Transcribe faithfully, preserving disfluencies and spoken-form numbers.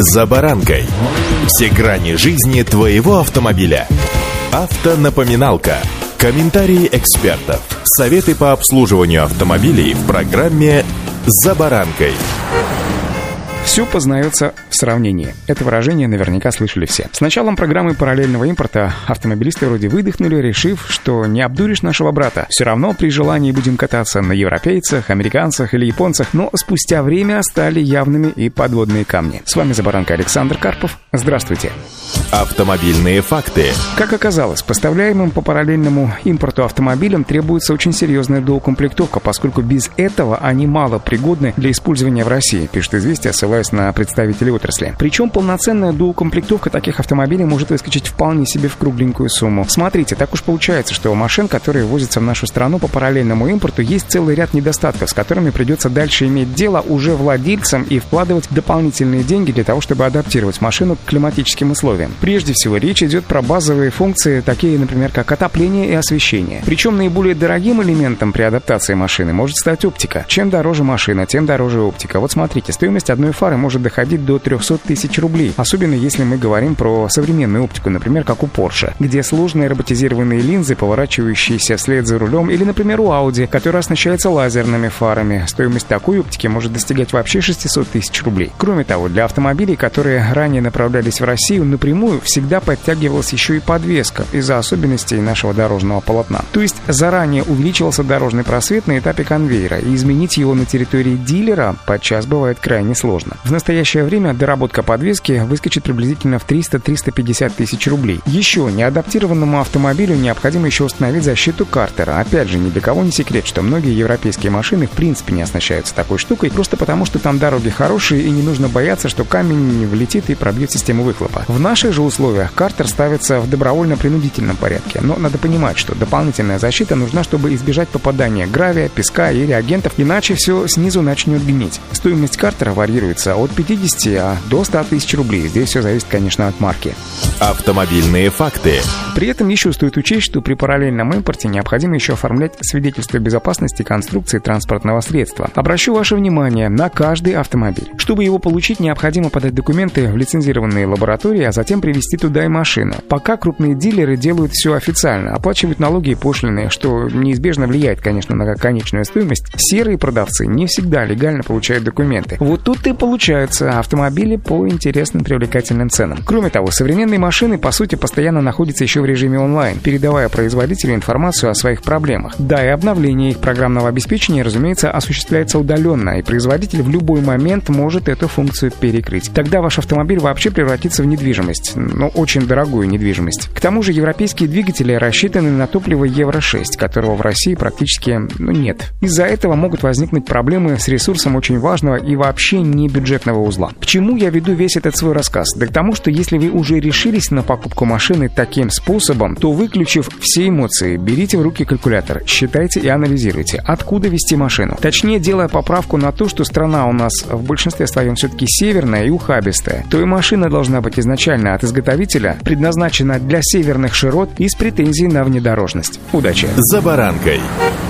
«За баранкой». Все грани жизни твоего автомобиля. Автонапоминалка. Комментарии экспертов. Советы по обслуживанию автомобилей в программе «За баранкой». Все познается в сравнении. Это выражение наверняка слышали все. С началом программы параллельного импорта автомобилисты вроде выдохнули, решив, что не обдуришь нашего брата. Все равно при желании будем кататься на европейцах, американцах или японцах, но спустя время стали явными и подводные камни. С вами «За баранкой» Александр Карпов. Здравствуйте. Автомобильные факты. Как оказалось, поставляемым по параллельному импорту автомобилям требуется очень серьезная доукомплектовка, поскольку без этого они мало пригодны для использования в России, пишет «Известия», ссылаясь на представителей отрасли. Причем полноценная доукомплектовка таких автомобилей может выскочить вполне себе в кругленькую сумму. Смотрите, так уж получается, что у машин, которые возятся в нашу страну по параллельному импорту, есть целый ряд недостатков, с которыми придется дальше иметь дело уже владельцам и вкладывать дополнительные деньги для того, чтобы адаптировать машину к климатическим условиям. Прежде всего, речь идет про базовые функции, такие, например, как отопление и освещение. Причем наиболее дорогим элементом при адаптации машины может стать оптика. Чем дороже машина, тем дороже оптика. Вот смотрите, стоимость одной фары может доходить до триста тысяч рублей. Особенно если мы говорим про современную оптику, например, как у Porsche, где сложные роботизированные линзы, поворачивающиеся вслед за рулем, или, например, у Audi, которая оснащается лазерными фарами. Стоимость такой оптики может достигать вообще шестьсот тысяч рублей. Кроме того, для автомобилей, которые ранее направлялись в Россию, напрямую всегда подтягивалась еще и подвеска из-за особенностей нашего дорожного полотна. То есть заранее увеличивался дорожный просвет на этапе конвейера, и изменить его на территории дилера подчас бывает крайне сложно. В настоящее время доработка подвески выскочит приблизительно в триста - триста пятьдесят тысяч рублей. Еще неадаптированному автомобилю необходимо еще установить защиту картера. Опять же, ни для кого не секрет, что многие европейские машины в принципе не оснащаются такой штукой, просто потому что там дороги хорошие и не нужно бояться, что камень влетит и пробьет систему выхлопа. В наших же условиях картер ставится в добровольно-принудительном порядке, но надо понимать, что дополнительная защита нужна, чтобы избежать попадания гравия, песка и реагентов, иначе все снизу начнет гнить. Стоимость картера варьируется от пятидесяти до ста тысяч рублей. Здесь все зависит, конечно, от марки. Автомобильные факты. При этом еще стоит учесть, что при параллельном импорте необходимо еще оформлять свидетельство безопасности конструкции транспортного средства. Обращу ваше внимание на каждый автомобиль. Чтобы его получить, необходимо подать документы в лицензированные лаборатории, а затем привезти туда и машину. Пока крупные дилеры делают все официально, оплачивают налоги и пошлины, что неизбежно влияет, конечно, на конечную стоимость, серые продавцы не всегда легально получают документы. Вот тут и получаются автомобили по интересным привлекательным ценам. Кроме того, современные машины, по сути, постоянно находятся еще в режиме онлайн, передавая производителю информацию о своих проблемах. Да, и обновление их программного обеспечения, разумеется, осуществляется удаленно, и производитель в любой момент может эту функцию перекрыть. Тогда ваш автомобиль вообще превратится в недвижимость, но очень дорогую недвижимость. К тому же европейские двигатели рассчитаны на топливо евро шесть, которого в России практически ну, нет. Из-за этого могут возникнуть проблемы с ресурсом очень важного и вообще не бюджетного узла. К чему я веду весь этот свой рассказ? Да к тому, что если вы уже решились на покупку машины таким способом, то, выключив все эмоции, берите в руки калькулятор, считайте и анализируйте, откуда везти машину. Точнее, делая поправку на то, что страна у нас в большинстве своем все-таки северная и ухабистая, то и машина должна быть изначально от изготовителя предназначена для северных широт и с претензией на внедорожность. Удачи! «За баранкой».